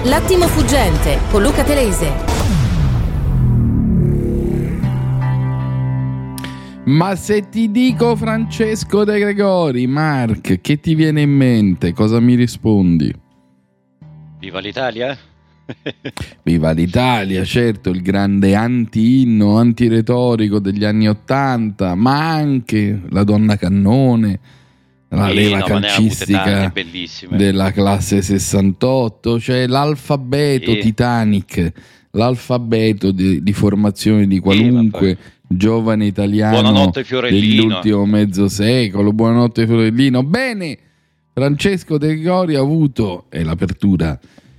L'attimo fuggente con Luca Telese. Ma se ti dico Francesco De Gregori, Mark, che ti viene in mente? Cosa mi rispondi? Viva l'Italia? Viva l'Italia, certo, il grande anti-inno, antiretorico degli anni '80, ma anche la donna cannone, la leva calcistica della classe 68, cioè l'alfabeto Titanic, l'alfabeto di formazione di qualunque giovane italiano dell'ultimo mezzo secolo. Buonanotte Fiorellino. Bene, Francesco De Gregori ha avuto, è l'apertura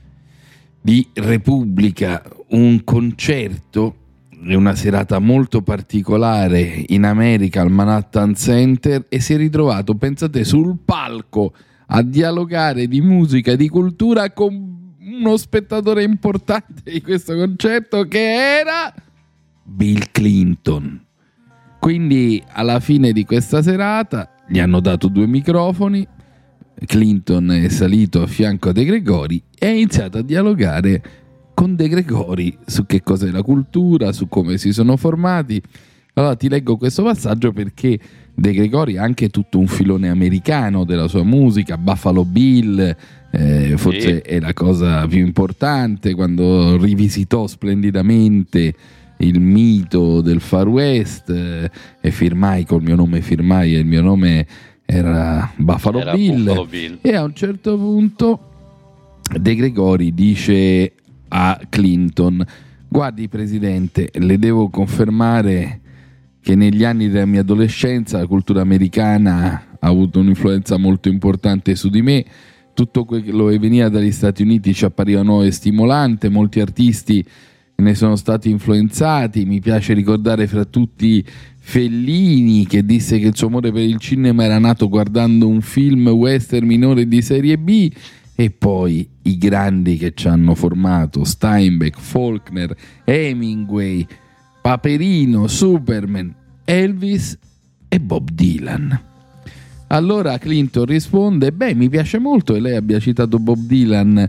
di Repubblica, un concerto e una serata molto particolare in America al Manhattan Center, e si è ritrovato, pensate, sul palco a dialogare di musica e di cultura con uno spettatore importante di questo concerto che era Bill Clinton. Quindi alla fine di questa serata gli hanno dato 2 microfoni, Clinton è salito a fianco a De Gregori e ha iniziato a dialogare con De Gregori su che cos'è la cultura, su come si sono formati. Allora ti leggo questo passaggio perché De Gregori ha anche tutto un filone americano della sua musica, Buffalo Bill, forse è la cosa più importante, quando rivisitò splendidamente il mito del Far West, e firmai col mio nome, firmai e il mio nome era Buffalo Bill. E a un certo punto De Gregori dice a Clinton: guardi Presidente, le devo confermare che negli anni della mia adolescenza la cultura americana ha avuto un'influenza molto importante su di me. Tutto quello che veniva dagli Stati Uniti ci appariva nuovo e stimolante, molti artisti ne sono stati influenzati. Mi piace ricordare fra tutti Fellini, che disse che il suo amore per il cinema era nato guardando un film western minore di serie B, e poi i grandi che ci hanno formato: Steinbeck, Faulkner, Hemingway, Paperino, Superman, Elvis e Bob Dylan. Allora Clinton risponde: beh, mi piace molto che lei abbia citato Bob Dylan.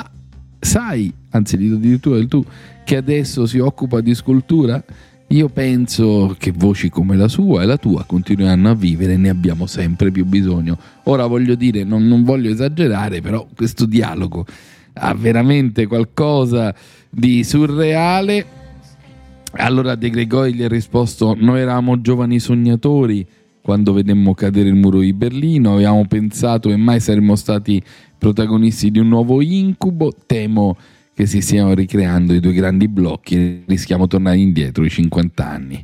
Sai, anzi addirittura il tu, che adesso si occupa di scultura? Io penso che voci come la sua e la tua continueranno a vivere, ne abbiamo sempre più bisogno. Ora voglio dire, non voglio esagerare, però questo dialogo ha veramente qualcosa di surreale. Allora De Gregori gli ha risposto: noi eravamo giovani sognatori quando vedemmo cadere il muro di Berlino, avevamo pensato che mai saremmo stati protagonisti di un nuovo incubo. Temo che si stiano ricreando i 2 grandi blocchi e rischiamo di tornare indietro i 50 anni.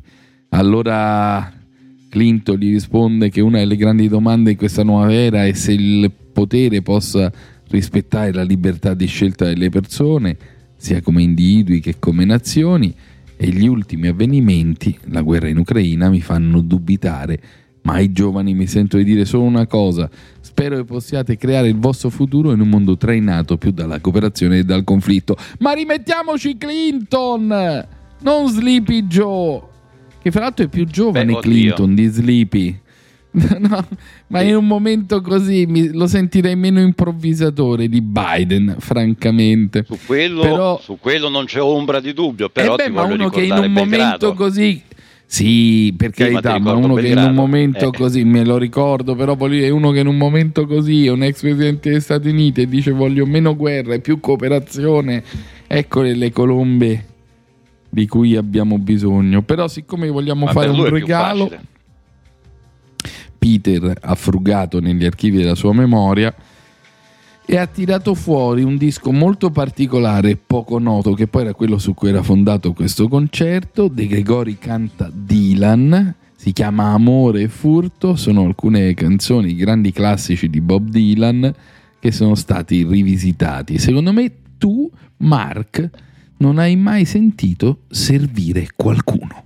Allora Clinton gli risponde che una delle grandi domande di questa nuova era è se il potere possa rispettare la libertà di scelta delle persone, sia come individui che come nazioni, e gli ultimi avvenimenti, la guerra in Ucraina, mi fanno dubitare. Ma ai giovani mi sento di dire solo una cosa: spero che possiate creare il vostro futuro in un mondo trainato più dalla cooperazione che dal conflitto. Ma rimettiamoci Clinton, non Sleepy Joe, che fra l'altro è più giovane Clinton di Sleepy. No, ma in un momento così lo sentirei meno improvvisatore di Biden, francamente. Su quello non c'è ombra di dubbio, però ti ma voglio uno che in ricordare un momento così... Sì, per carità, ma uno che in un momento così, me lo ricordo, però è uno che in un momento così è un ex presidente degli Stati Uniti e dice voglio meno guerra e più cooperazione. Eccole le colombe di cui abbiamo bisogno. Però siccome vogliamo fare un regalo, Peter ha frugato negli archivi della sua memoria e ha tirato fuori un disco molto particolare e poco noto, che poi era quello su cui era fondato questo concerto. De Gregori canta Dylan, si chiama Amore e Furto, sono alcune canzoni, grandi classici di Bob Dylan, che sono stati rivisitati. Secondo me tu, Mark, non hai mai sentito Servire qualcuno.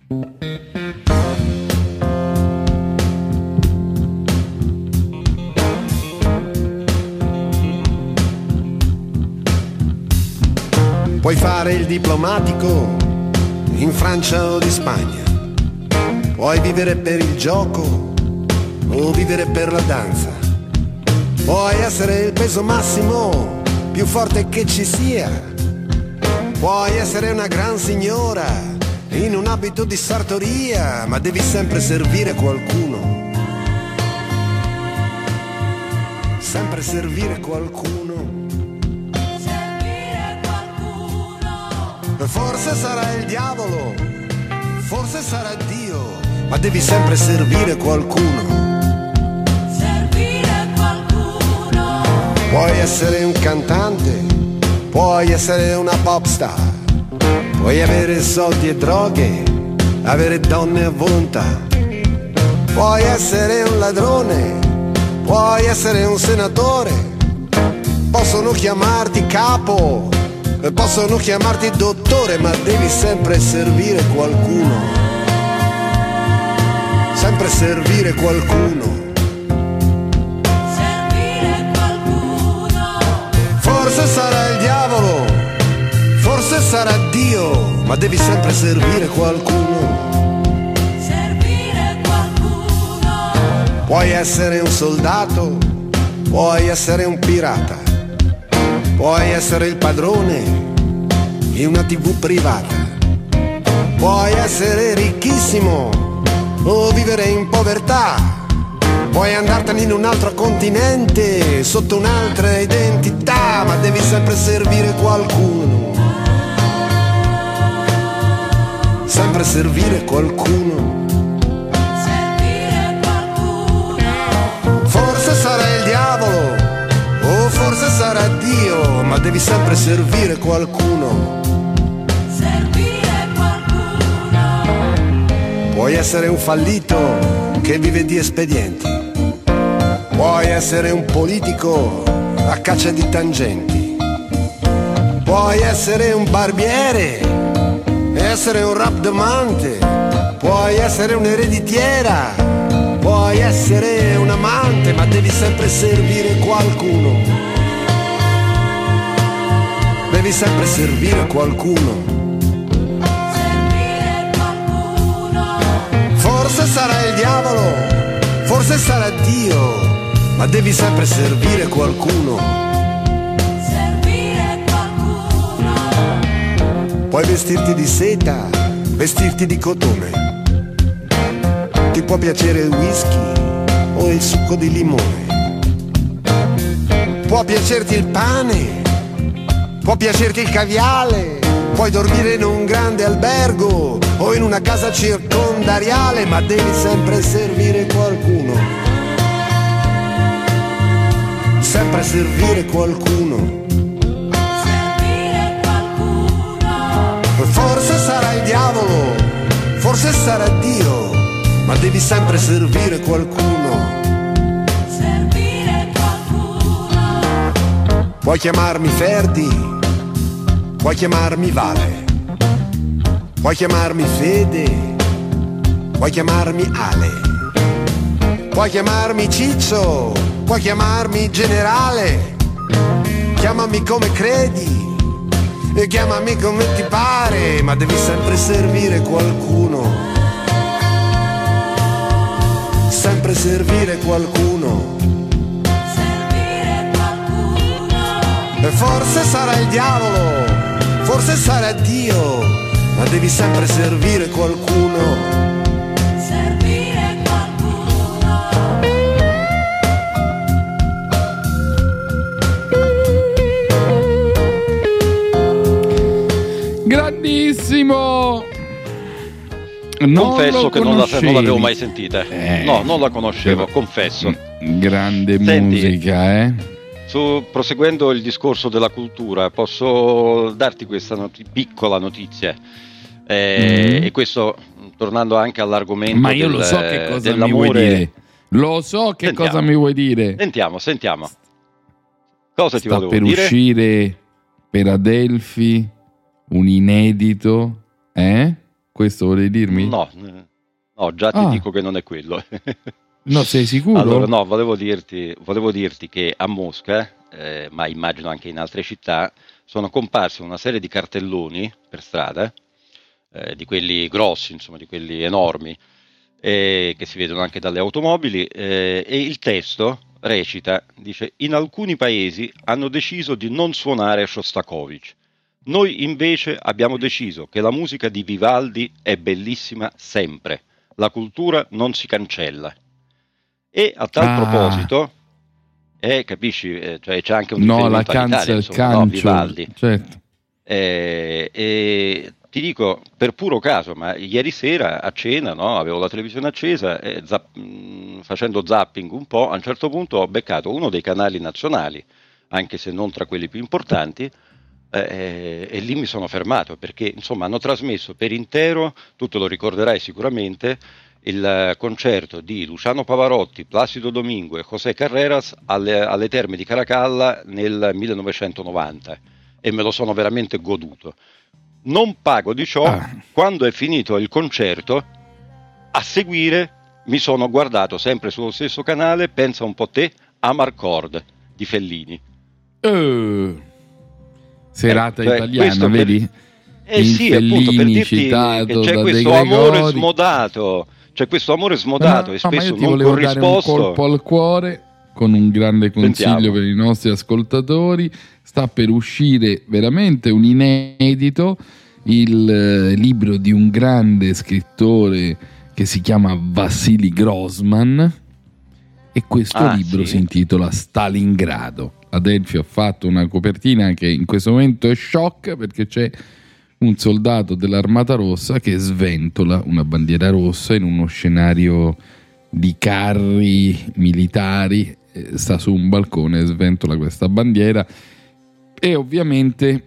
Puoi fare il diplomatico in Francia o di Spagna, puoi vivere per il gioco o vivere per la danza, puoi essere il peso massimo più forte che ci sia. Puoi essere una gran signora in un abito di sartoria, ma devi sempre servire qualcuno. Sempre servire qualcuno. Servire qualcuno. Forse sarà il diavolo, forse sarà Dio, ma devi sempre servire qualcuno. Servire qualcuno. Puoi essere un cantante, puoi essere una pop star, puoi avere soldi e droghe, avere donne a volontà. Puoi essere un ladrone, puoi essere un senatore, possono chiamarti capo, possono chiamarti dottore, ma devi sempre servire qualcuno. Sempre servire qualcuno. Servire qualcuno. Forse sarà il diavolo, forse sarà Dio, ma devi sempre servire qualcuno. Puoi essere un soldato, puoi essere un pirata, puoi essere il padrone in una TV privata, puoi essere ricchissimo o vivere in povertà, puoi andartene in un altro continente sotto un'altra identità, ma devi sempre servire qualcuno. Sempre servire qualcuno. Forse sarà il diavolo, o forse sarà Dio, ma devi sempre servire qualcuno. Servire qualcuno. Puoi essere un fallito che vive di espedienti, puoi essere un politico a caccia di tangenti, puoi essere un barbiere, essere un rapdomante, puoi essere un'ereditiera, puoi essere un amante, ma devi sempre servire qualcuno. Devi sempre servire qualcuno. Servire qualcuno. Forse sarà il diavolo, forse sarà Dio, ma devi sempre servire qualcuno. Servire qualcuno. Puoi vestirti di seta, vestirti di cotone. Ti può piacere il whisky o il succo di limone. Può piacerti il pane, può piacerti il caviale, puoi dormire in un grande albergo o in una casa circondariale, ma devi sempre servire qualcuno. Sempre servire qualcuno. Servire qualcuno. Forse sarà il diavolo, forse sarà Dio, ma devi sempre servire qualcuno. Servire qualcuno. Puoi chiamarmi Ferdi, puoi chiamarmi Vale, puoi chiamarmi Fede, puoi chiamarmi Ale, puoi chiamarmi Ciccio, puoi chiamarmi Generale, chiamami come credi e chiamami come ti pare, ma devi sempre servire qualcuno. Sempre servire qualcuno. Servire qualcuno. E forse sarà il diavolo, forse sarà Dio, ma devi sempre servire qualcuno. Servire qualcuno. Grandissimo. Confesso che non l'avevo mai sentita. No, non la conoscevo, confesso. Grande Senti, musica, proseguendo il discorso della cultura, posso darti questa piccola notizia. E questo tornando anche all'argomento ma io lo so che cosa mi vuoi dire. Lo so che Sentiamo. cosa mi vuoi dire. Sentiamo. Cosa ti Sta volevo per dire? uscire per Adelphi un inedito, Questo volevi dirmi? No, già ti dico che non è quello. No, sei sicuro? Allora, no, volevo dirti che a Mosca, ma immagino anche in altre città, sono comparsi una serie di cartelloni per strada, di quelli grossi, insomma, di quelli enormi, che si vedono anche dalle automobili, e il testo recita, dice: in alcuni paesi hanno deciso di non suonare Shostakovich. Noi invece abbiamo deciso che la musica di Vivaldi è bellissima sempre. La cultura non si cancella. E a tal proposito, capisci, cioè c'è anche un riferimento all'Italia, insomma, no, Vivaldi. Certo. E ti dico, per puro caso, ma ieri sera a cena, no, avevo la televisione accesa e facendo zapping un po', a un certo punto ho beccato uno dei canali nazionali, anche se non tra quelli più importanti, e lì mi sono fermato perché insomma hanno trasmesso per intero, tu te lo ricorderai sicuramente, il concerto di Luciano Pavarotti, Placido Domingo e José Carreras alle Terme di Caracalla nel 1990 e me lo sono veramente goduto. Non pago di ciò, quando è finito il concerto, a seguire mi sono guardato sempre sullo stesso canale, pensa un po' te, Amarcord di Fellini. Serata italiana, vedi? Sì, appunto, per dirti che c'è questo amore smodato, e spesso non corrisposto. Dare un colpo al cuore con un grande consiglio per i nostri ascoltatori. Sta per uscire veramente un inedito, il libro di un grande scrittore che si chiama Vassili Grossman, e questo libro si intitola Stalingrado. Adelphi ha fatto una copertina che in questo momento è shock, perché c'è un soldato dell'Armata Rossa che sventola una bandiera rossa in uno scenario di carri militari, sta su un balcone e sventola questa bandiera, e ovviamente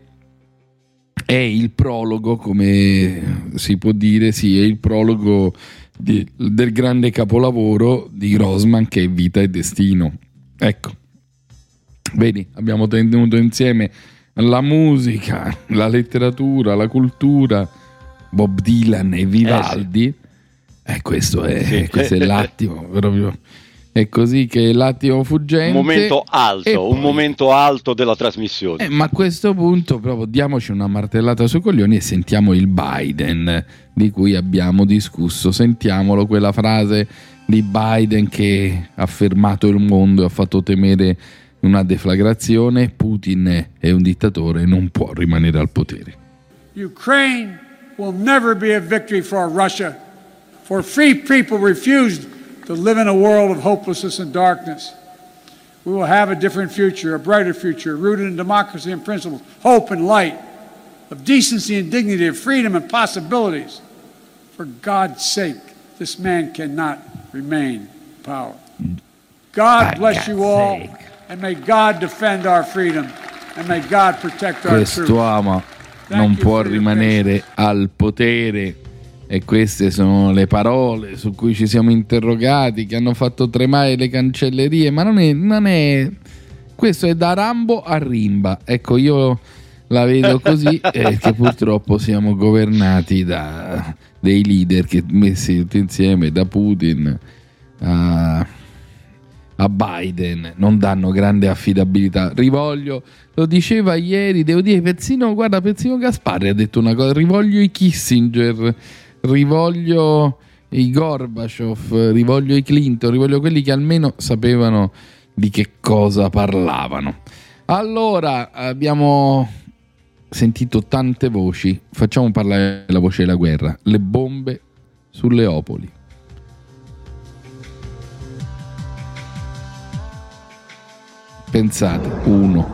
è il prologo, come si può dire, sì, è il prologo del grande capolavoro di Grossman che è Vita e Destino. Ecco, vedi, abbiamo tenuto insieme la musica, la letteratura, la cultura, Bob Dylan e Vivaldi. Questo è l'attimo proprio. È così che è l'attimo fuggente. Un momento alto della trasmissione. Ma a questo punto proprio diamoci una martellata sui coglioni e sentiamo il Biden di cui abbiamo discusso. Sentiamolo, quella frase di Biden che ha fermato il mondo e ha fatto temere una deflagrazione. Putin è un dittatore e non può rimanere al potere. Ukraine will never be a victory for Russia, for free people refused to live in a world of hopelessness and darkness. We will have a different future, a brighter future, rooted in democracy and principles, hope and light, of decency and dignity, of freedom and possibilities. For God's sake, this man cannot remain in power. God bless you all, and may God defend our freedom, and may God protect our truth. Quest'uomo non può rimanere al potere. E queste sono le parole su cui ci siamo interrogati, che hanno fatto tremare le cancellerie. Ma non è questo è da Rambo a Rimba. Ecco, io la vedo così, che purtroppo siamo governati da dei leader che, messi tutti insieme, da Putin a Biden, non danno grande affidabilità. Rivoglio, lo diceva ieri, devo dire, persino Gasparri ha detto una cosa: rivoglio i Kissinger, rivoglio i Gorbaciov, rivoglio i Clinton, rivoglio quelli che almeno sapevano di che cosa parlavano. Allora, abbiamo sentito tante voci, facciamo parlare la voce della guerra: le bombe su Leopoli. Pensate, uno.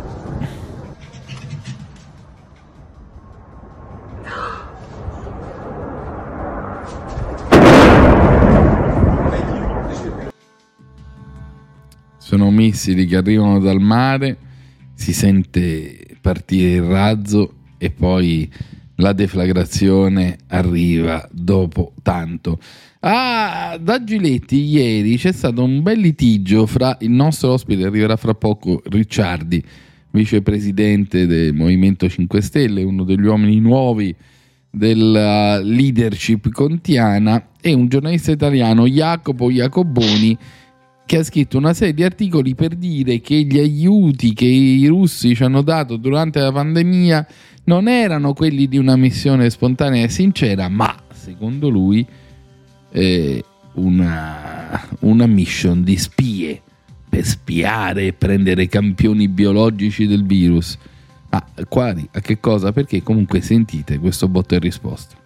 Sono missili che arrivano dal mare, si sente partire il razzo e poi la deflagrazione arriva dopo tanto. Da Giletti ieri c'è stato un bel litigio fra il nostro ospite, arriverà fra poco, Ricciardi, vicepresidente del Movimento 5 Stelle, uno degli uomini nuovi della leadership contiana, e un giornalista italiano, Jacopo Jacoboni, che ha scritto una serie di articoli per dire che gli aiuti che i russi ci hanno dato durante la pandemia non erano quelli di una missione spontanea e sincera, ma secondo lui una mission di spie per spiare e prendere campioni biologici del virus. Quali? A che cosa? Perché comunque sentite questo botta e risposta.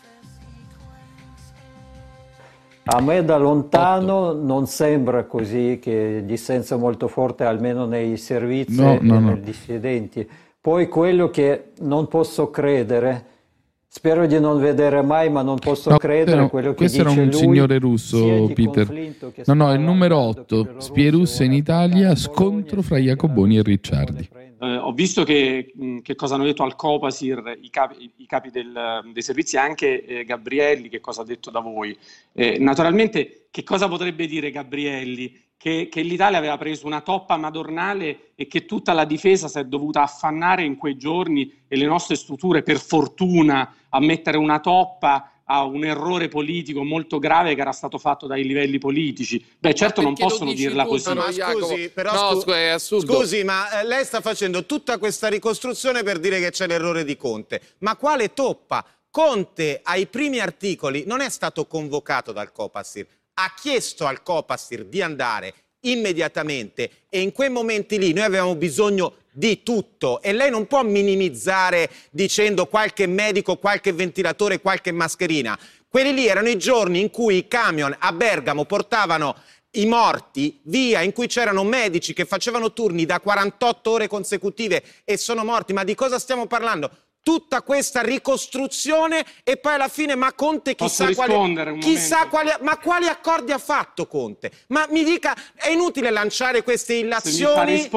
A me da lontano non sembra così, che dissenso molto forte almeno nei servizi e nei dissidenti. Poi quello che non posso credere, spero di non vedere mai, ma non posso credere quello che dice lui. Questo era un signore russo, Peter. No, il numero 8, spie russe in Italia, scontro fra Iacoboni e Ricciardi. Ho visto che cosa hanno detto al Copasir i capi dei servizi, anche Gabrielli, che cosa ha detto da voi. Naturalmente, che cosa potrebbe dire Gabrielli? Che l'Italia aveva preso una toppa madornale e che tutta la difesa si è dovuta affannare in quei giorni e le nostre strutture, per fortuna, a mettere una toppa a un errore politico molto grave che era stato fatto dai livelli politici. Beh, certo non possono dirla così. Ma scusi, però è assurdo. Scusi, ma lei sta facendo tutta questa ricostruzione per dire che c'è l'errore di Conte. Ma quale toppa? Conte ai primi articoli non è stato convocato dal Copasir, ha chiesto al Copasir di andare immediatamente e in quei momenti lì noi avevamo bisogno di tutto e lei non può minimizzare dicendo qualche medico, qualche ventilatore, qualche mascherina. Quelli lì erano i giorni in cui i camion a Bergamo portavano i morti via, in cui c'erano medici che facevano turni da 48 ore consecutive e sono morti. Ma di cosa stiamo parlando? Tutta questa ricostruzione e poi alla fine ma Conte chissà quali accordi ha fatto Conte? Ma mi dica, è inutile lanciare queste illazioni.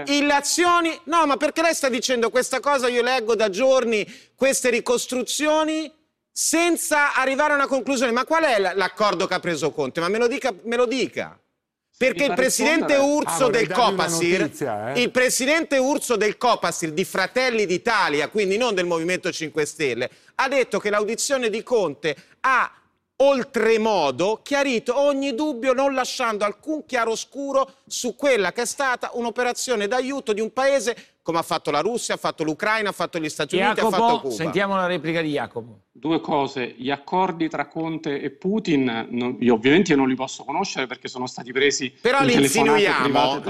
No, ma perché lei sta dicendo questa cosa, io leggo da giorni queste ricostruzioni senza arrivare a una conclusione. Ma qual è l'accordo che ha preso Conte? Ma me lo dica. Perché il presidente Urso del Copasir, il presidente Urso del Copasir di Fratelli d'Italia, quindi non del Movimento 5 Stelle, ha detto che l'audizione di Conte ha oltremodo chiarito ogni dubbio, non lasciando alcun chiaroscuro su quella che è stata un'operazione d'aiuto di un paese come ha fatto la Russia, ha fatto l'Ucraina, ha fatto gli Stati Uniti, ha fatto Cuba. Sentiamo la replica di Jacopo. Due cose, gli accordi tra Conte e Putin, io ovviamente non li posso conoscere perché sono stati presi. Però li insinuiamo.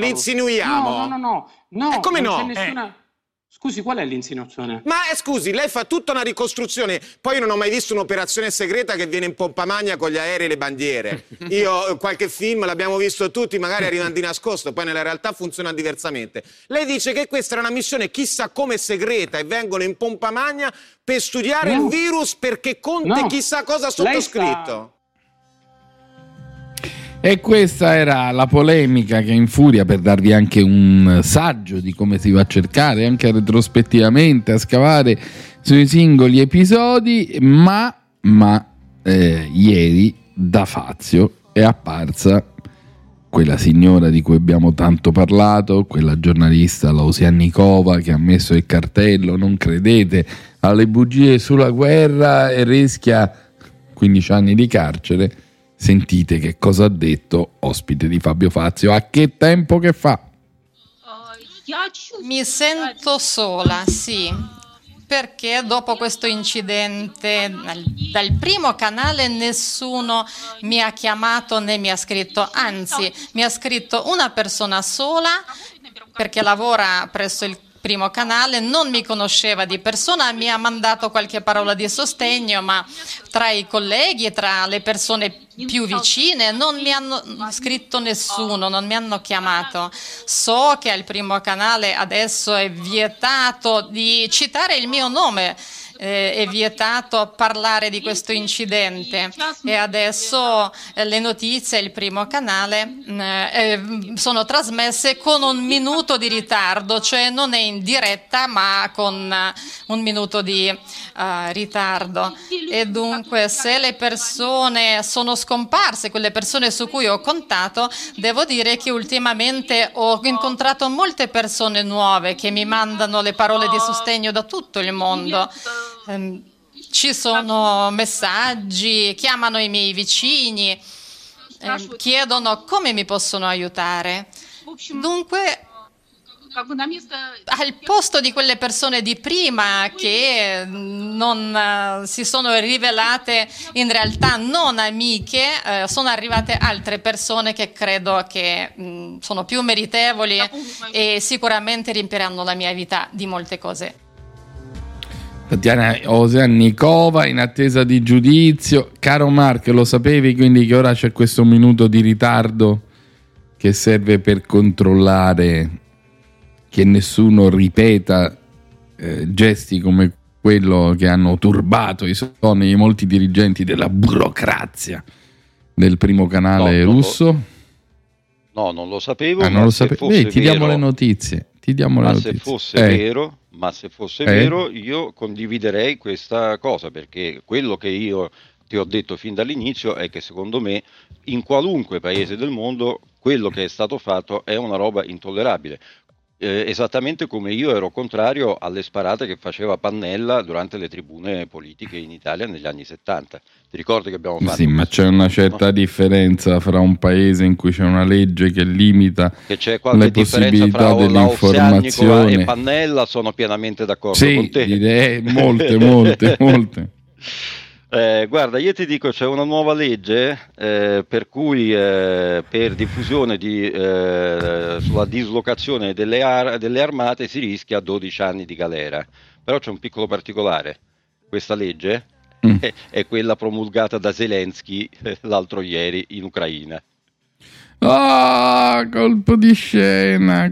No, come non no? c'è nessuna. Scusi, qual è l'insinuazione? Ma scusi, lei fa tutta una ricostruzione, poi io non ho mai visto un'operazione segreta che viene in pompa magna con gli aerei e le bandiere. Io qualche film l'abbiamo visto tutti, magari arrivano di nascosto, poi nella realtà funziona diversamente. Lei dice che questa era una missione chissà come segreta e vengono in pompa magna per studiare il virus perché Conte chissà cosa ha sottoscritto. E questa era la polemica che infuria, per darvi anche un saggio di come si va a cercare anche retrospettivamente a scavare sui singoli episodi, ma ieri da Fazio è apparsa quella signora di cui abbiamo tanto parlato, quella giornalista Lausiannikova che ha messo il cartello "non credete alle bugie sulla guerra" e rischia 15 anni di carcere. Sentite che cosa ha detto, ospite di Fabio Fazio. A che tempo che fa? Mi sento sola, sì, perché dopo questo incidente dal primo canale nessuno mi ha chiamato né mi ha scritto, anzi mi ha scritto una persona sola perché lavora presso il primo canale, non mi conosceva di persona, mi ha mandato qualche parola di sostegno, ma tra i colleghi, tra le persone più vicine, non mi hanno scritto nessuno, non mi hanno chiamato. So che al primo canale adesso è vietato di citare il mio nome, è vietato parlare di questo incidente e adesso le notizie, il primo canale, sono trasmesse con un minuto di ritardo, cioè non è in diretta ma con un minuto di ritardo. E dunque se le persone sono scomparse, quelle persone su cui ho contato, devo dire che ultimamente ho incontrato molte persone nuove che mi mandano le parole di sostegno da tutto il mondo. Ci sono messaggi, chiamano i miei vicini, chiedono come mi possono aiutare. Dunque al posto di quelle persone di prima che non si sono rivelate in realtà non amiche, sono arrivate altre persone che credo che sono più meritevoli e sicuramente riempieranno la mia vita di molte cose. Tatiana Oseannikova in attesa di giudizio. Caro Mark, lo sapevi quindi che ora c'è questo minuto di ritardo che serve per controllare che nessuno ripeta gesti come quello che hanno turbato i sonni di molti dirigenti della burocrazia del primo canale russo? No, non lo sapevo. Non lo sapevo. Ti diamo le notizie. Se fosse vero, io condividerei questa cosa, perché quello che io ti ho detto fin dall'inizio è che secondo me in qualunque paese del mondo quello che è stato fatto è una roba intollerabile. Esattamente come io ero contrario alle sparate che faceva Pannella durante le tribune politiche in Italia negli anni 70. Ti ricordi che abbiamo fatto? Sì, ma c'è una certa differenza fra un paese in cui c'è una legge che limita le possibilità dell'informazione e Pannella. Sono pienamente d'accordo con te. Sì, molte. Guarda, io ti dico, c'è una nuova legge per cui per diffusione sulla dislocazione delle armate si rischia 12 anni di galera. Però c'è un piccolo particolare: questa legge è quella promulgata da Zelensky l'altro ieri in Ucraina. Colpo di scena.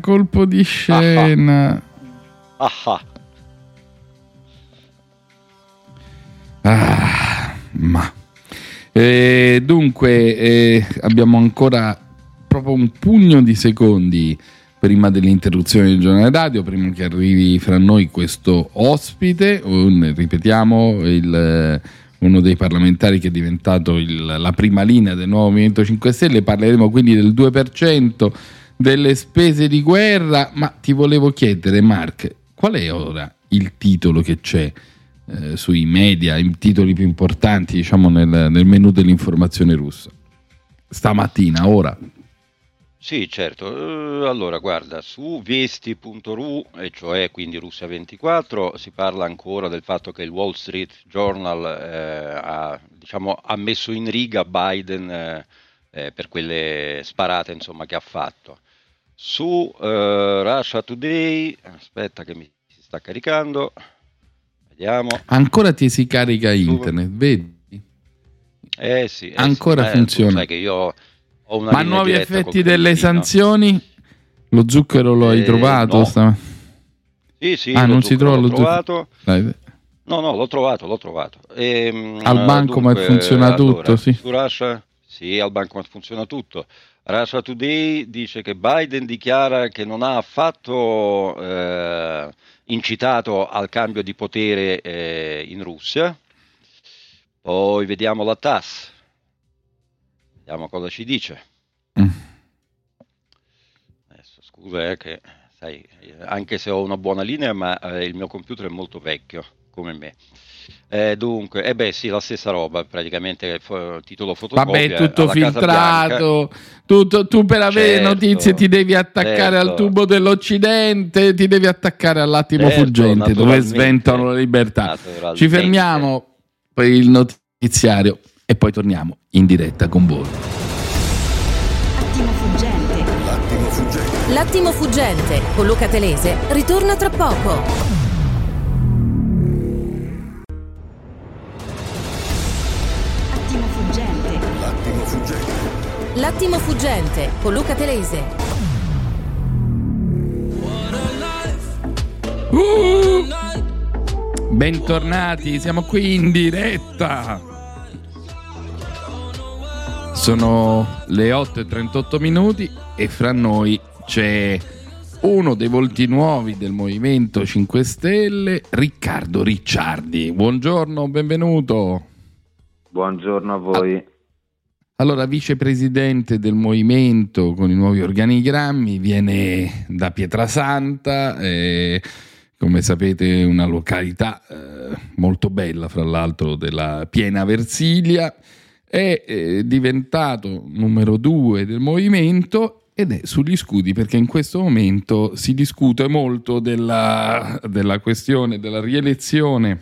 Dunque abbiamo ancora proprio un pugno di secondi prima dell'interruzione del giornale radio, prima che arrivi fra noi questo ospite, ripetiamo, uno dei parlamentari che è diventato la prima linea del nuovo Movimento 5 Stelle. Parleremo quindi del 2% delle spese di guerra, ma ti volevo chiedere, Mark, qual è ora il titolo che c'è sui media, i titoli più importanti, diciamo, nel menu dell'informazione russa stamattina, ora? Sì, certo. Allora, guarda, su vesti.ru, e cioè quindi Russia 24, si parla ancora del fatto che il Wall Street Journal ha messo in riga Biden per quelle sparate, insomma, che ha fatto. Su Russia Today, aspetta che mi si sta caricando. Vediamo. Ancora ti si carica internet, vedi? Sì. Ancora funziona. Sai che io ho una ma nuovi effetti delle sanzioni? Lo zucchero lo hai trovato? No. Sì. Non si trova lo zucchero? No, l'ho trovato. Al bancomat funziona tutto, sì. Su Russia, sì, al bancomat funziona tutto. Russia Today dice che Biden dichiara che non ha affatto incitato al cambio di potere in Russia. Poi vediamo la TASS, vediamo cosa ci dice. Adesso, scusa che sai, anche se ho una buona linea, ma il mio computer è molto vecchio come me. Dunque, sì, la stessa roba, praticamente titolo fotocopia. Vabbè, tutto filtrato, tu per avere notizie ti devi attaccare al tubo dell'Occidente, ti devi attaccare all'attimo fuggente, dove sventano la libertà. Ci fermiamo per il notiziario e poi torniamo in diretta con voi. L'attimo fuggente con Luca Telese ritorna tra poco. L'attimo fuggente con Luca Telese. Bentornati, siamo qui in diretta. Sono le 8:38 e fra noi c'è uno dei volti nuovi del Movimento 5 Stelle, Riccardo Ricciardi. Buongiorno, benvenuto. Buongiorno a voi. Allora, vicepresidente del movimento con i nuovi organigrammi, viene da Pietrasanta, come sapete una località molto bella, fra l'altro, della piena Versilia, è diventato numero 2 del movimento ed è sugli scudi, perché in questo momento si discute molto della questione della rielezione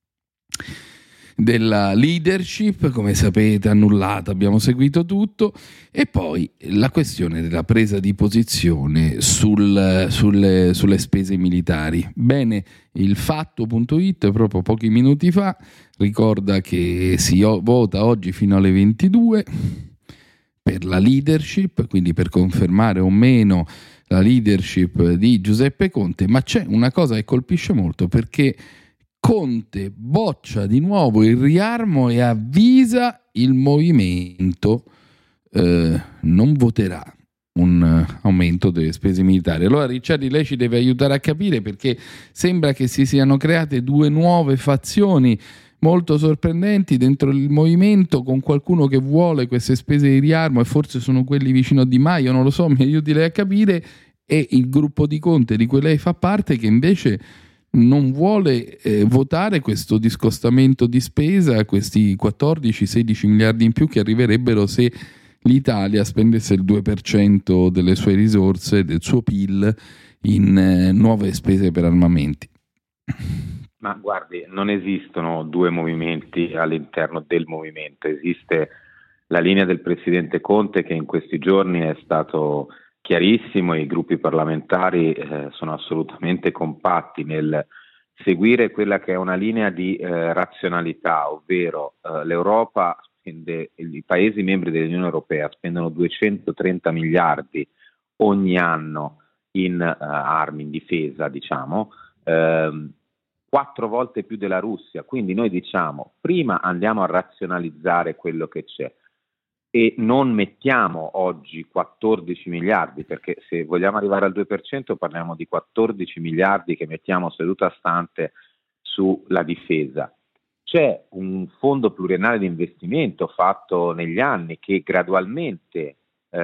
della leadership, come sapete annullata, abbiamo seguito tutto, e poi la questione della presa di posizione sulle spese militari. Bene, il Fatto.it proprio pochi minuti fa ricorda che si vota oggi fino alle 22 per la leadership, quindi per confermare o meno la leadership di Giuseppe Conte, ma c'è una cosa che colpisce molto, perché Conte boccia di nuovo il riarmo e avvisa il movimento non voterà un aumento delle spese militari. Allora Ricciardi, lei ci deve aiutare a capire, perché sembra che si siano create due nuove fazioni molto sorprendenti dentro il movimento, con qualcuno che vuole queste spese di riarmo e forse sono quelli vicino a Di Maio, non lo so, mi aiuti lei a capire, e il gruppo di Conte di cui lei fa parte, che invece non vuole votare questo discostamento di spesa, questi 14-16 miliardi in più che arriverebbero se l'Italia spendesse il 2% delle sue risorse, del suo PIL, in nuove spese per armamenti. Ma guardi, non esistono due movimenti all'interno del movimento, esiste la linea del Presidente Conte, che in questi giorni è stato chiarissimo, i gruppi parlamentari sono assolutamente compatti nel seguire quella che è una linea di razionalità, ovvero l'Europa spende, i Paesi membri dell'Unione Europea spendono 230 miliardi ogni anno in armi, in difesa, diciamo, 4 volte più della Russia, quindi noi diciamo prima andiamo a razionalizzare quello che c'è e non mettiamo oggi 14 miliardi, perché se vogliamo arrivare al 2% parliamo di 14 miliardi che mettiamo seduta stante sulla difesa. C'è un fondo pluriennale di investimento fatto negli anni che gradualmente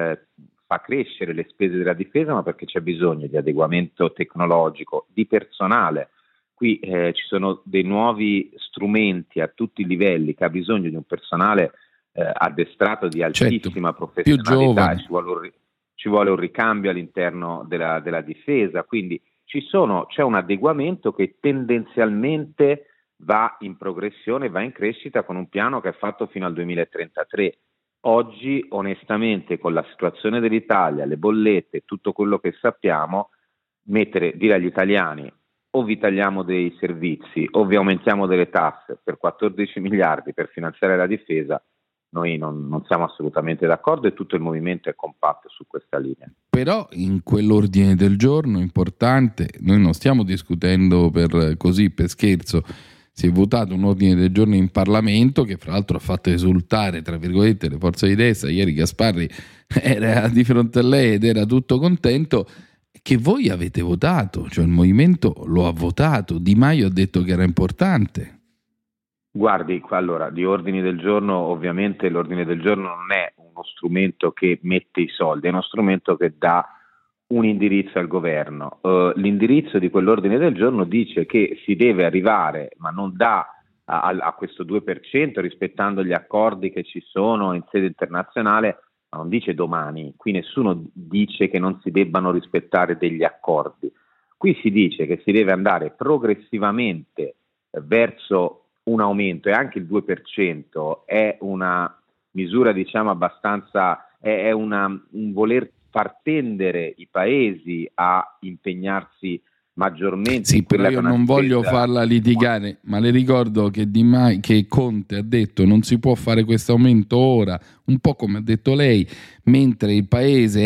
fa crescere le spese della difesa, ma perché c'è bisogno di adeguamento tecnologico, di personale. Qui ci sono dei nuovi strumenti a tutti i livelli che ha bisogno di un personale addestrato di altissima professionalità, ci vuole un ricambio all'interno della difesa, quindi c'è un adeguamento che tendenzialmente va in progressione, va in crescita con un piano che è fatto fino al 2033. Oggi onestamente, con la situazione dell'Italia, le bollette, tutto quello che sappiamo, dire agli italiani o vi tagliamo dei servizi o vi aumentiamo delle tasse per 14 miliardi per finanziare la difesa, noi non siamo assolutamente d'accordo, e tutto il movimento è compatto su questa linea. Però in quell'ordine del giorno importante, noi non stiamo discutendo per scherzo, si è votato un ordine del giorno in Parlamento che fra l'altro ha fatto esultare, tra virgolette, le forze di destra. Ieri Gasparri era di fronte a lei ed era tutto contento, che voi avete votato, cioè il movimento lo ha votato, Di Maio ha detto che era importante. Guardi, allora, di ordini del giorno, ovviamente l'ordine del giorno non è uno strumento che mette i soldi, è uno strumento che dà un indirizzo al governo. L'indirizzo di quell'ordine del giorno dice che si deve arrivare, ma non dà a questo 2%, rispettando gli accordi che ci sono in sede internazionale, ma non dice domani. Qui nessuno dice che non si debbano rispettare degli accordi. Qui si dice che si deve andare progressivamente verso un aumento, e anche il 2% è una misura, diciamo, abbastanza, è un voler far tendere i paesi a impegnarsi maggiormente. Sì, però io non voglio farla litigare, ma le ricordo che che Conte ha detto non si può fare questo aumento ora, un po' come ha detto lei, mentre il paese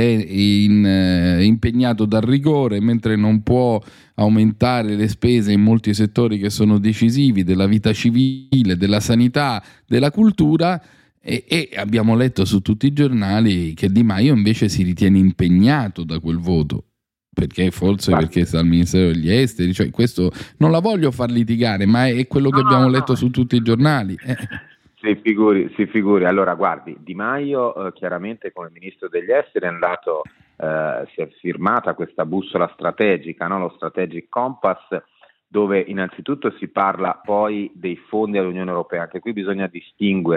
è impegnato dal rigore, mentre non può aumentare le spese in molti settori che sono decisivi, della vita civile, della sanità, della cultura. E abbiamo letto su tutti i giornali che Di Maio invece si ritiene impegnato da quel voto, perché sta al Ministero degli Esteri, cioè questo non la voglio far litigare, ma è quello che abbiamo letto su tutti i giornali. Si figuri. Allora guardi, Di Maio chiaramente come Ministro degli Esteri è andato, si è firmata questa bussola strategica, no? Lo Strategic Compass, dove innanzitutto si parla poi dei fondi all'Unione Europea. Anche qui bisogna distinguere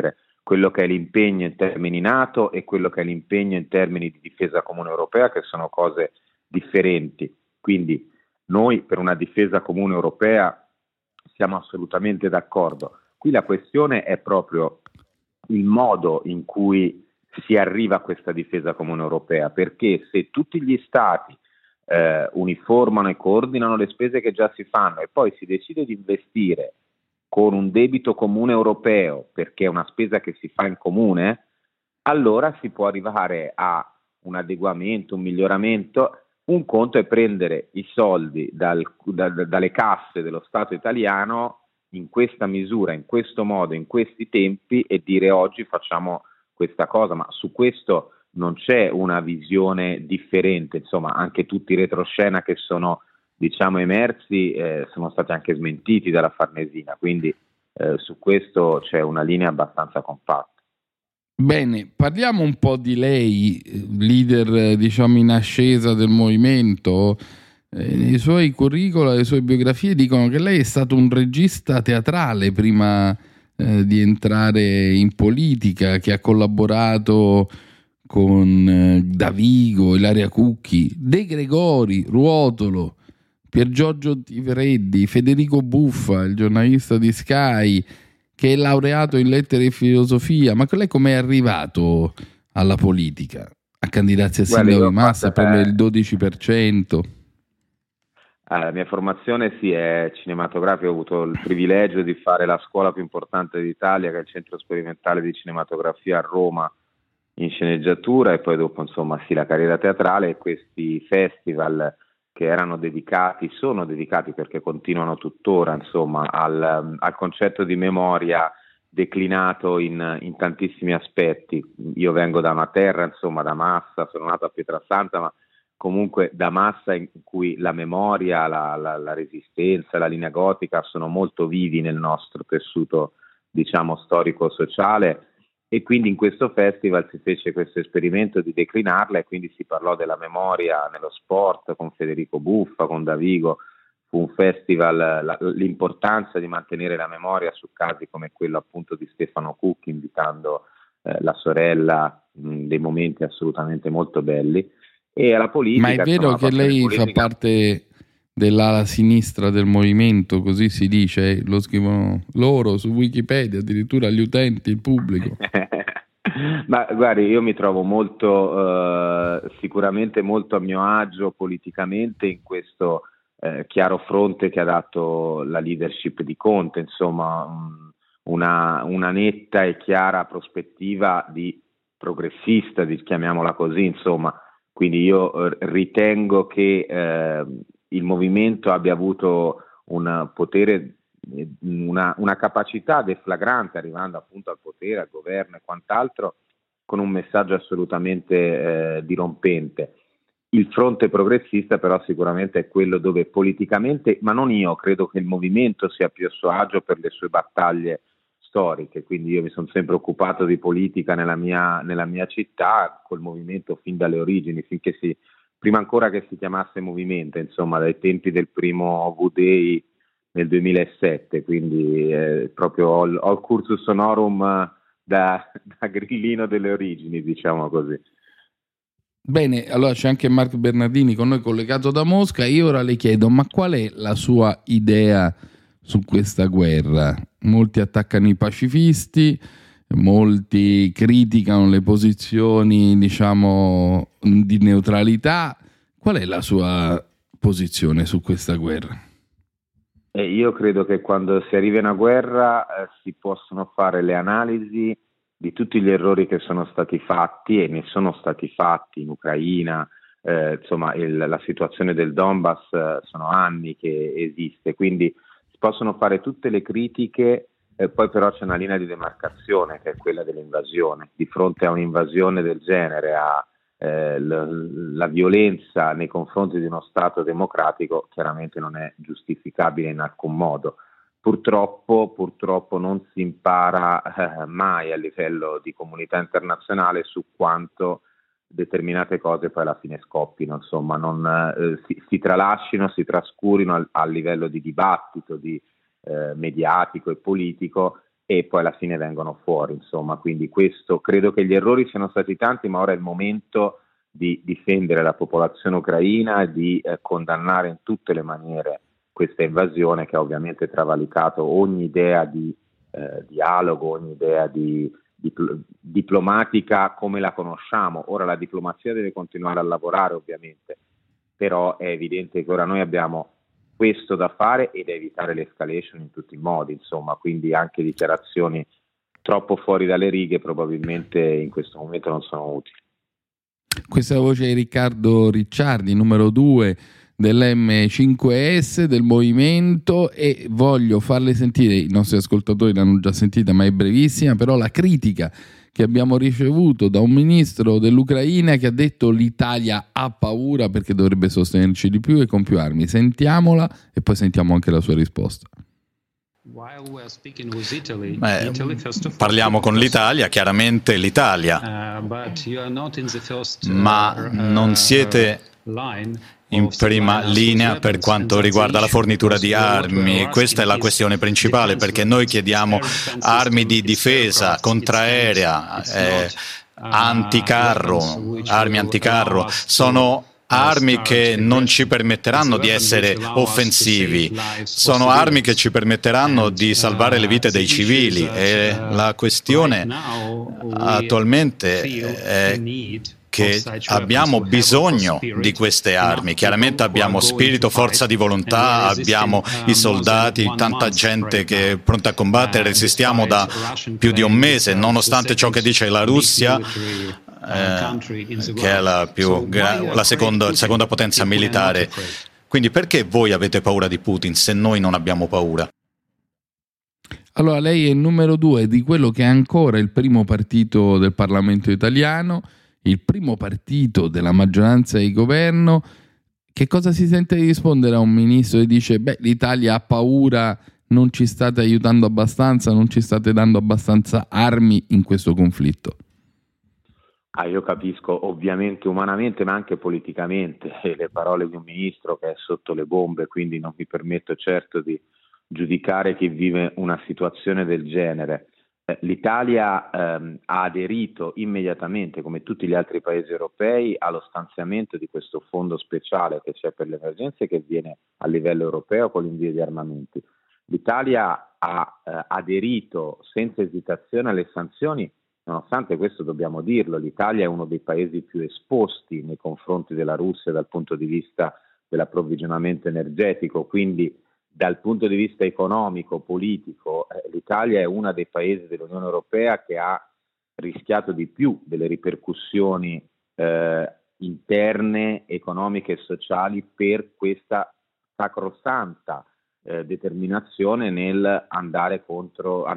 quello che è l'impegno in termini NATO e quello che è l'impegno in termini di difesa comune europea, che sono cose differenti. Quindi noi per una difesa comune europea siamo assolutamente d'accordo. Qui la questione è proprio il modo in cui si arriva a questa difesa comune europea, perché se tutti gli Stati uniformano e coordinano le spese che già si fanno e poi si decide di investire con un debito comune europeo, perché è una spesa che si fa in comune, allora si può arrivare a un adeguamento, un miglioramento. Un conto è prendere i soldi dalle casse dello Stato italiano in questa misura, in questo modo, in questi tempi e dire oggi facciamo questa cosa, ma su questo non c'è una visione differente, insomma anche tutti i retroscena che sono emersi sono stati anche smentiti dalla Farnesina, quindi su questo c'è una linea abbastanza compatta. Bene, parliamo un po' di lei, leader in ascesa del movimento. I suoi curricula, le sue biografie dicono che lei è stato un regista teatrale prima di entrare in politica, che ha collaborato con Davigo, Ilaria Cucchi, De Gregori, Ruotolo, Piergiorgio Tivereddi, Federico Buffa, il giornalista di Sky, che è laureato in lettere e filosofia. Ma lei com'è arrivato alla politica? A candidarsi a sindaco di Massa, a prendere il 12%? La mia formazione è cinematografica, ho avuto il privilegio di fare la scuola più importante d'Italia, che è il Centro Sperimentale di Cinematografia a Roma, in sceneggiatura, e poi dopo la carriera teatrale, e questi festival che sono dedicati perché continuano tuttora al concetto di memoria declinato in tantissimi aspetti. Io vengo da una terra, da Massa, sono nato a Pietrasanta, ma comunque da Massa, in cui la memoria, la resistenza, la linea gotica sono molto vivi nel nostro tessuto storico-sociale, e quindi in questo festival si fece questo esperimento di declinarla, e quindi si parlò della memoria nello sport con Federico Buffa, con Davigo. Fu un festival, l'importanza di mantenere la memoria su casi come quello appunto di Stefano Cucchi, invitando la sorella, dei momenti assolutamente molto belli. E alla politica. Ma è vero che lei fa parte dell'ala sinistra del movimento, così si dice, lo scrivono loro su Wikipedia, addirittura gli utenti, il pubblico. Ma guardi, io mi trovo sicuramente molto a mio agio politicamente in questo chiaro fronte che ha dato la leadership di Conte, una netta e chiara prospettiva di progressista, chiamiamola così, quindi io ritengo che il movimento abbia avuto un potere, una capacità deflagrante, arrivando appunto al potere, al governo e quant'altro, con un messaggio assolutamente dirompente. Il fronte progressista però sicuramente è quello dove politicamente, ma non io, credo che il movimento sia più a suo agio per le sue battaglie storiche, quindi io mi sono sempre occupato di politica nella mia città, col movimento fin dalle origini, prima ancora che si chiamasse movimento, dai tempi del primo V-Day nel 2007, quindi proprio ho il cursus honorum da grillino delle origini, diciamo così. Bene, allora c'è anche Mark Bernardini con noi collegato da Mosca. Io ora le chiedo, ma qual è la sua idea su questa guerra? Molti attaccano i pacifisti, molti criticano le posizioni, di neutralità. Qual è la sua posizione su questa guerra? Io credo che quando si arriva in una guerra si possono fare le analisi di tutti gli errori che sono stati fatti, e ne sono stati fatti in Ucraina, la situazione del Donbass sono anni che esiste, quindi si possono fare tutte le critiche, poi però c'è una linea di demarcazione che è quella dell'invasione. Di fronte a un'invasione del genere, la violenza nei confronti di uno Stato democratico chiaramente non è giustificabile in alcun modo. Purtroppo non si impara mai a livello di comunità internazionale su quanto determinate cose poi alla fine scoppino, si tralascino, si trascurino a livello di dibattito, mediatico e politico, e poi alla fine vengono fuori, insomma. Quindi questo, credo che gli errori siano stati tanti, ma ora è il momento di difendere la popolazione ucraina e di condannare in tutte le maniere questa invasione che ha ovviamente travalicato ogni idea di dialogo, ogni idea di diplomatica come la conosciamo. Ora la diplomazia deve continuare a lavorare ovviamente, però è evidente che ora noi abbiamo questo da fare ed evitare l'escalation in tutti i modi, insomma, quindi anche dichiarazioni troppo fuori dalle righe probabilmente in questo momento non sono utili. Questa è la voce di Riccardo Ricciardi, numero 2 dell'M5S, del movimento, e voglio farle sentire, i nostri ascoltatori l'hanno già sentita ma è brevissima, però la critica che abbiamo ricevuto da un ministro dell'Ucraina che ha detto l'Italia ha paura perché dovrebbe sostenerci di più e con più armi. Sentiamola e poi sentiamo anche la sua risposta. Parliamo con l'Italia, chiaramente l'Italia, ma non siete in prima linea per quanto riguarda la fornitura di armi. Questa è la questione principale, perché noi chiediamo armi di difesa, contraerea, anticarro, armi anticarro. Sono armi che non ci permetteranno di essere offensivi, sono armi che ci permetteranno di salvare le vite dei civili, e la questione attualmente è che abbiamo bisogno di queste armi. Chiaramente abbiamo spirito, forza di volontà, abbiamo i soldati, tanta gente che è pronta a combattere, resistiamo da più di un mese, nonostante ciò che dice la Russia, che è la seconda potenza militare. Quindi perché voi avete paura di Putin se noi non abbiamo paura? Allora, lei è il numero 2 di quello che è ancora il primo partito del Parlamento italiano, il primo partito della maggioranza di governo. Che cosa si sente di rispondere a un ministro che dice l'Italia ha paura, non ci state aiutando abbastanza, non ci state dando abbastanza armi in questo conflitto? Io capisco ovviamente umanamente ma anche politicamente le parole di un ministro che è sotto le bombe, quindi non mi permetto certo di giudicare chi vive una situazione del genere. L'Italia ha aderito immediatamente, come tutti gli altri paesi europei, allo stanziamento di questo fondo speciale che c'è per le emergenze, che viene a livello europeo con l'invio di armamenti. L'Italia ha aderito senza esitazione alle sanzioni. Nonostante questo dobbiamo dirlo, l'Italia è uno dei paesi più esposti nei confronti della Russia dal punto di vista dell'approvvigionamento energetico, quindi dal punto di vista economico, politico, l'Italia è uno dei paesi dell'Unione Europea che ha rischiato di più delle ripercussioni interne, economiche e sociali per questa sacrosanta determinazione nel andare con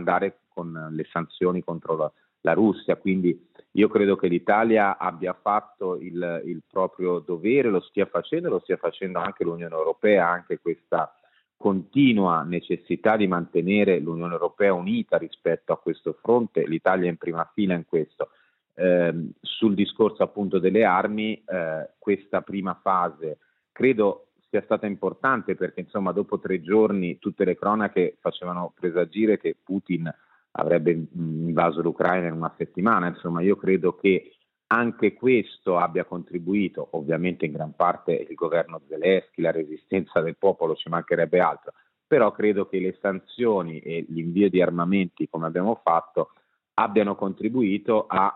le sanzioni contro la Russia. Quindi io credo che l'Italia abbia fatto il proprio dovere, lo stia facendo anche l'Unione Europea, anche questa continua necessità di mantenere l'Unione Europea unita rispetto a questo fronte. L'Italia è in prima fila in questo. Sul discorso appunto delle armi, questa prima fase credo sia stata importante perché insomma dopo 3 giorni tutte le cronache facevano presagire che Putin avrebbe invaso l'Ucraina in una settimana. Insomma, io credo che anche questo abbia contribuito, ovviamente in gran parte il governo Zelensky, la resistenza del popolo, ci mancherebbe altro, però credo che le sanzioni e l'invio di armamenti, come abbiamo fatto, abbiano contribuito a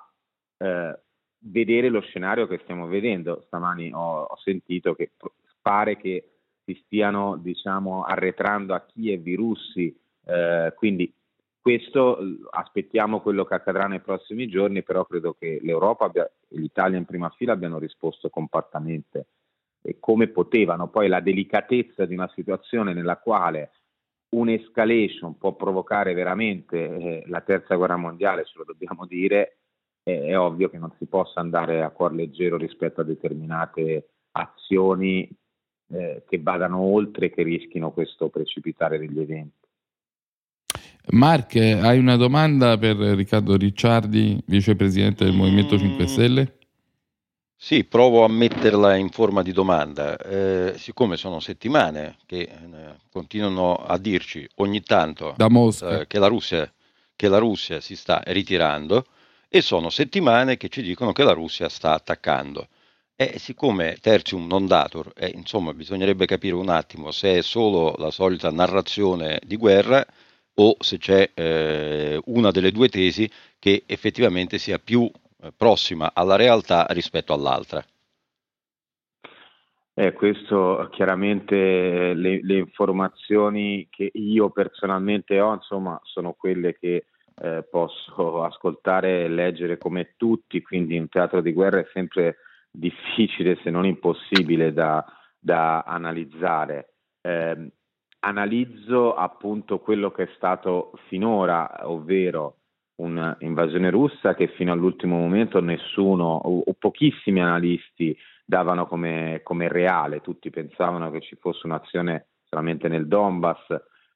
vedere lo scenario che stiamo vedendo. Stamani ho sentito che pare che si stiano, arretrando a Kiev i russi, quindi questo aspettiamo quello che accadrà nei prossimi giorni, però credo che l'Europa e l'Italia in prima fila abbiano risposto compattamente e come potevano. Poi la delicatezza di una situazione nella quale un'escalation può provocare veramente la terza guerra mondiale, ce lo dobbiamo dire, è ovvio che non si possa andare a cuor leggero rispetto a determinate azioni che vadano oltre, che rischino questo precipitare degli eventi. Mark, hai una domanda per Riccardo Ricciardi, vicepresidente del Movimento 5 Stelle? Sì, provo a metterla in forma di domanda. Siccome sono settimane che continuano a dirci ogni tanto da Mosca che la Russia che la Russia si sta ritirando e sono settimane che ci dicono che la Russia sta attaccando. E siccome tertium non datur, insomma, bisognerebbe capire un attimo se è solo la solita narrazione di guerra o se c'è una delle due tesi che effettivamente sia più prossima alla realtà rispetto all'altra. Questo chiaramente le informazioni che io personalmente ho, insomma, sono quelle che posso ascoltare e leggere come tutti, quindi un teatro di guerra è sempre difficile se non impossibile da analizzare. Analizzo appunto quello che è stato finora, ovvero un'invasione russa che fino all'ultimo momento nessuno o pochissimi analisti davano come reale, tutti pensavano che ci fosse un'azione solamente nel Donbass,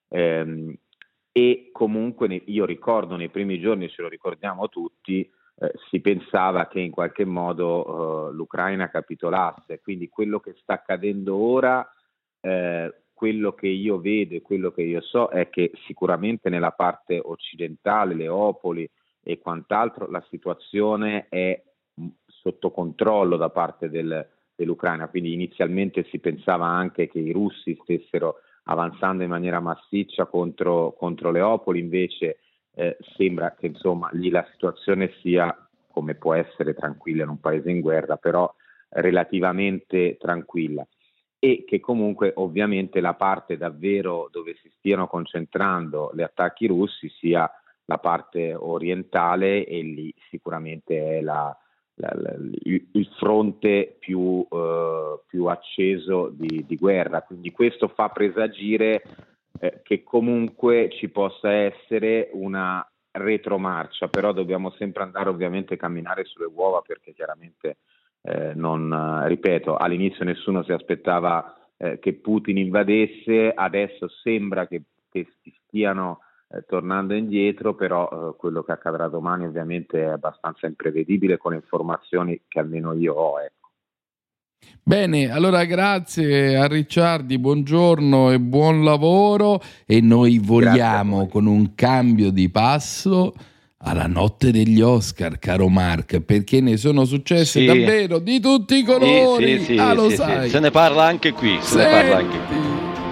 e comunque io ricordo nei primi giorni, ce lo ricordiamo tutti, si pensava che in qualche modo l'Ucraina capitolasse, quindi quello che sta accadendo ora, quello che io vedo e quello che io so è che sicuramente nella parte occidentale, Leopoli e quant'altro, la situazione è sotto controllo da parte dell'Ucraina, quindi inizialmente si pensava anche che i russi stessero avanzando in maniera massiccia contro Leopoli, invece sembra che insomma lì la situazione sia, come può essere tranquilla in un paese in guerra, però relativamente tranquilla, e che comunque ovviamente la parte davvero dove si stiano concentrando gli attacchi russi sia la parte orientale, e lì sicuramente è il fronte più acceso di guerra, quindi questo fa presagire che comunque ci possa essere una retromarcia, però dobbiamo sempre andare ovviamente a camminare sulle uova, perché chiaramente ripeto, all'inizio nessuno si aspettava che Putin invadesse, adesso sembra che si stiano tornando indietro, però quello che accadrà domani ovviamente è abbastanza imprevedibile con le informazioni che almeno io ho. Ecco. Bene, allora grazie a Ricciardi, buongiorno e buon lavoro, e noi voliamo con un cambio di passo alla notte degli Oscar, caro Mark, perché ne sono successe davvero di tutti i colori. Lo sai. Se ne parla anche qui, se ne parla anche qui.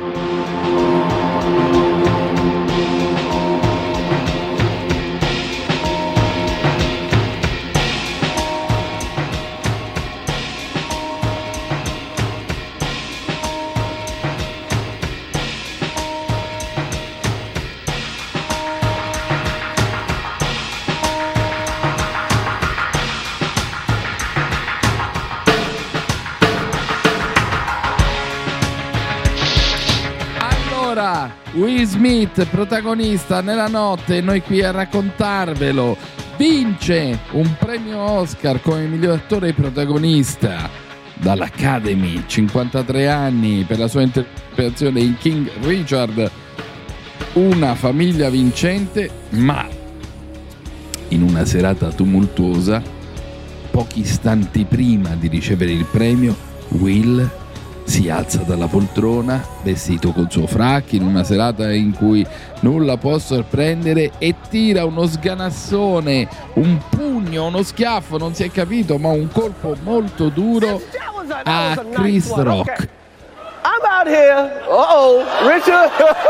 Will Smith, protagonista nella notte, noi qui a raccontarvelo, vince un premio Oscar come miglior attore protagonista dall'Academy, 53 anni, per la sua interpretazione in King Richard. Una famiglia vincente, ma in una serata tumultuosa, pochi istanti prima di ricevere il premio, Will si alza dalla poltrona, vestito col suo frac, in una serata in cui nulla può sorprendere, e tira uno sganassone, un pugno, uno schiaffo, non si è capito, ma un colpo molto duro a Chris Rock. I'm out here. Richard.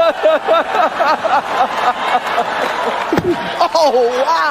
Oh,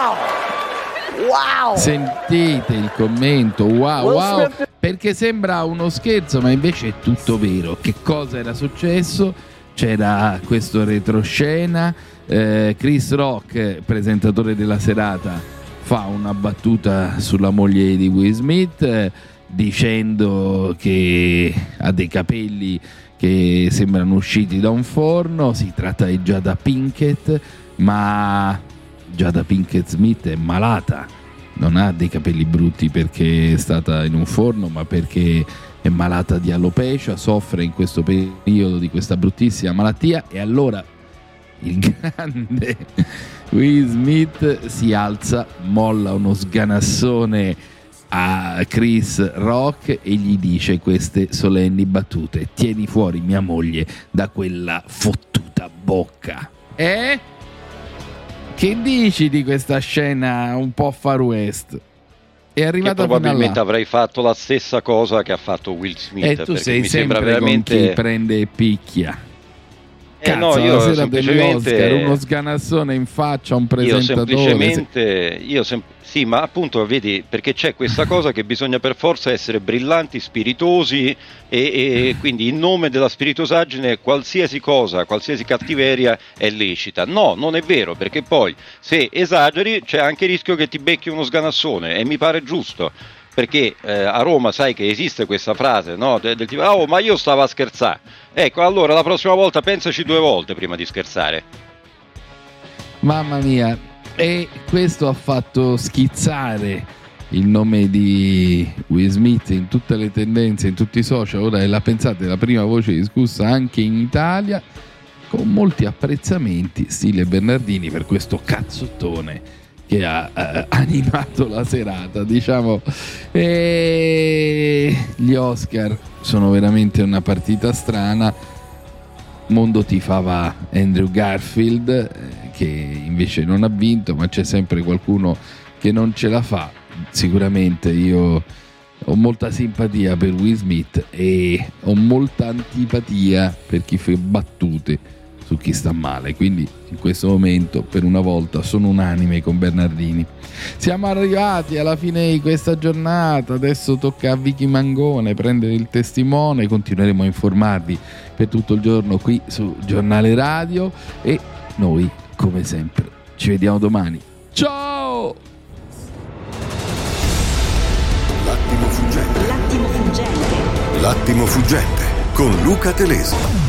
wow. Sentite il commento, wow, perché sembra uno scherzo, ma invece è tutto vero. Che cosa era successo? C'era questo retroscena, Chris Rock, presentatore della serata, fa una battuta sulla moglie di Will Smith, dicendo che ha dei capelli che sembrano usciti da un forno. Si tratta di Jada Pinkett, ma Jada Pinkett Smith è malata, non ha dei capelli brutti perché è stata in un forno, ma perché è malata di alopecia, soffre in questo periodo di questa bruttissima malattia. E allora il grande Will Smith si alza, molla uno sganassone a Chris Rock e gli dice queste solenni battute: tieni fuori mia moglie da quella fottuta bocca. Che dici di questa scena un po' Far West? È arrivata che probabilmente fino là. avrei fatto la stessa cosa che ha fatto Will Smith. E tu sei mi sempre sembra veramente con chi prende e picchia. Cazzo, no, io la sera semplicemente degli Oscar, uno sganassone in faccia a un presentatore. Sì, ma appunto vedi, perché c'è questa cosa che bisogna per forza essere brillanti, spiritosi e quindi in nome della spiritosaggine qualsiasi cosa, qualsiasi cattiveria è lecita. No, non è vero, perché poi se esageri c'è anche il rischio che ti becchi uno sganassone e mi pare giusto. Perché a Roma sai che esiste questa frase, no? Del tipo, oh, ma io stavo a scherzare. Ecco, allora la prossima volta pensaci 2 volte prima di scherzare. Mamma mia, e questo ha fatto schizzare il nome di Will Smith in tutte le tendenze, in tutti i social. Ora è pensate, la prima voce discussa anche in Italia, con molti apprezzamenti, stile Bernardini, per questo cazzottone che ha animato la serata, diciamo. E gli Oscar sono veramente una partita strana. Mondo tifava Andrew Garfield, che invece non ha vinto, ma c'è sempre qualcuno che non ce la fa. Sicuramente io ho molta simpatia per Will Smith e ho molta antipatia per chi fa battute su chi sta male, quindi in questo momento per una volta sono unanime con Bernardini. Siamo arrivati alla fine di questa giornata, adesso tocca a Vicky Mangone prendere il testimone, continueremo a informarvi per tutto il giorno qui su Giornale Radio e noi come sempre ci vediamo domani. Ciao! L'attimo fuggente con Luca Telesi.